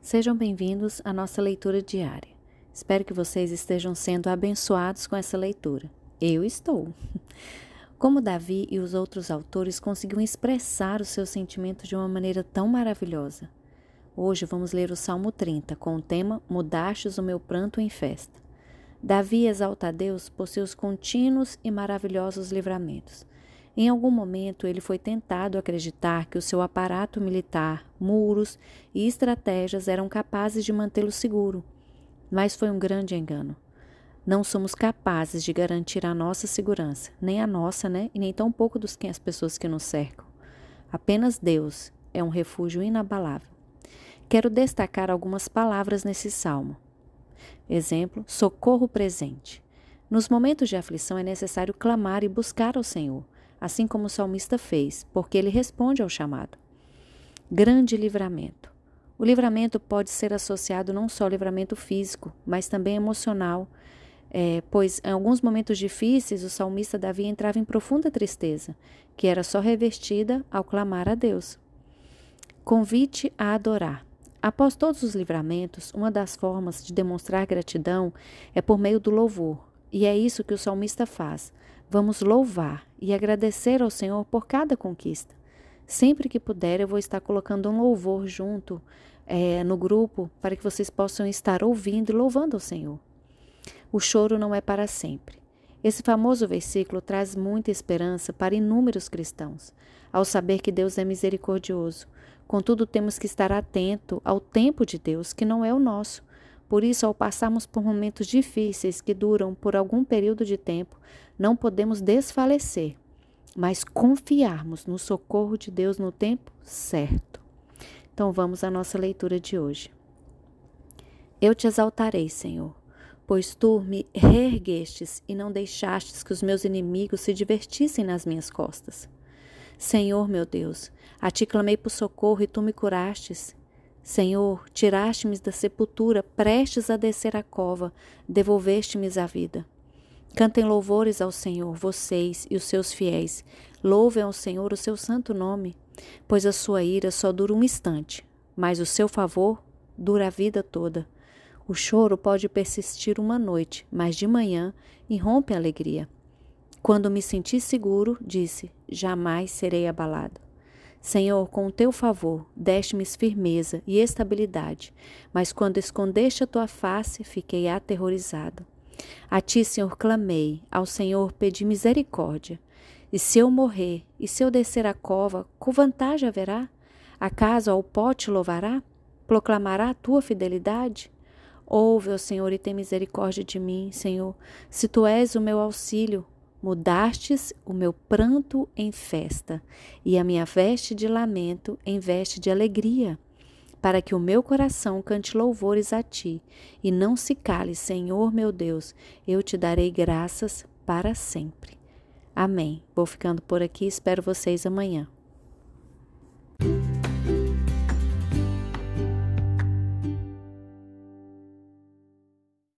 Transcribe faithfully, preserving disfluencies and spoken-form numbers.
Sejam bem-vindos à nossa leitura diária. Espero que vocês estejam sendo abençoados com essa leitura. Eu estou. Como Davi e os outros autores conseguiram expressar os seus sentimentos de uma maneira tão maravilhosa. Hoje vamos ler o Salmo trinta, com o tema Mudastes o meu pranto em festa. Davi exalta a Deus por seus contínuos e maravilhosos livramentos. Em algum momento ele foi tentado a acreditar que o seu aparato militar, muros e estratégias eram capazes de mantê-lo seguro, mas foi um grande engano. Não somos capazes de garantir a nossa segurança, nem a nossa, né? E nem tampouco dos que as pessoas que nos cercam. Apenas Deus é um refúgio inabalável. Quero destacar algumas palavras nesse salmo. Exemplo, socorro presente. Nos momentos de aflição é necessário clamar e buscar ao Senhor, assim como o salmista fez, porque ele responde ao chamado. Grande livramento. O livramento pode ser associado não só ao livramento físico, mas também emocional, é, pois em alguns momentos difíceis o salmista Davi entrava em profunda tristeza, que era só revestida ao clamar a Deus. Convite a adorar. Após todos os livramentos, uma das formas de demonstrar gratidão é por meio do louvor, e é isso que o salmista faz. Vamos louvar e agradecer ao Senhor por cada conquista. Sempre que puder, eu vou estar colocando um louvor junto é, no grupo para que vocês possam estar ouvindo e louvando ao Senhor. O choro não é para sempre. Esse famoso versículo traz muita esperança para inúmeros cristãos, ao saber que Deus é misericordioso. Contudo, temos que estar atento ao tempo de Deus, que não é o nosso. Por isso, ao passarmos por momentos difíceis que duram por algum período de tempo, não podemos desfalecer, mas confiarmos no socorro de Deus no tempo certo. Então, vamos à nossa leitura de hoje. Eu te exaltarei, Senhor, pois tu me reerguestes e não deixastes que os meus inimigos se divertissem nas minhas costas. Senhor, meu Deus, a ti clamei por socorro e tu me curastes. Senhor, tiraste-me da sepultura, prestes a descer a cova, devolveste-me a vida. Cantem louvores ao Senhor, vocês e os seus fiéis. Louvem ao Senhor o seu santo nome, pois a sua ira só dura um instante, mas o seu favor dura a vida toda. O choro pode persistir uma noite, mas de manhã irrompe a alegria. Quando me senti seguro, disse, jamais serei abalado. Senhor, com o teu favor, deste-me firmeza e estabilidade, mas quando escondeste a tua face, fiquei aterrorizado. A ti, Senhor, clamei, ao Senhor pedi misericórdia. E se eu morrer, e se eu descer a cova, com vantagem haverá? Acaso ao pó te louvará? Proclamará a tua fidelidade? Ouve, ó Senhor, e tem misericórdia de mim, Senhor, se tu és o meu auxílio. Mudastes o meu pranto em festa, e a minha veste de lamento em veste de alegria, para que o meu coração cante louvores a ti, e não se cale, Senhor meu Deus, eu te darei graças para sempre. Amém. Vou ficando por aqui, espero vocês amanhã.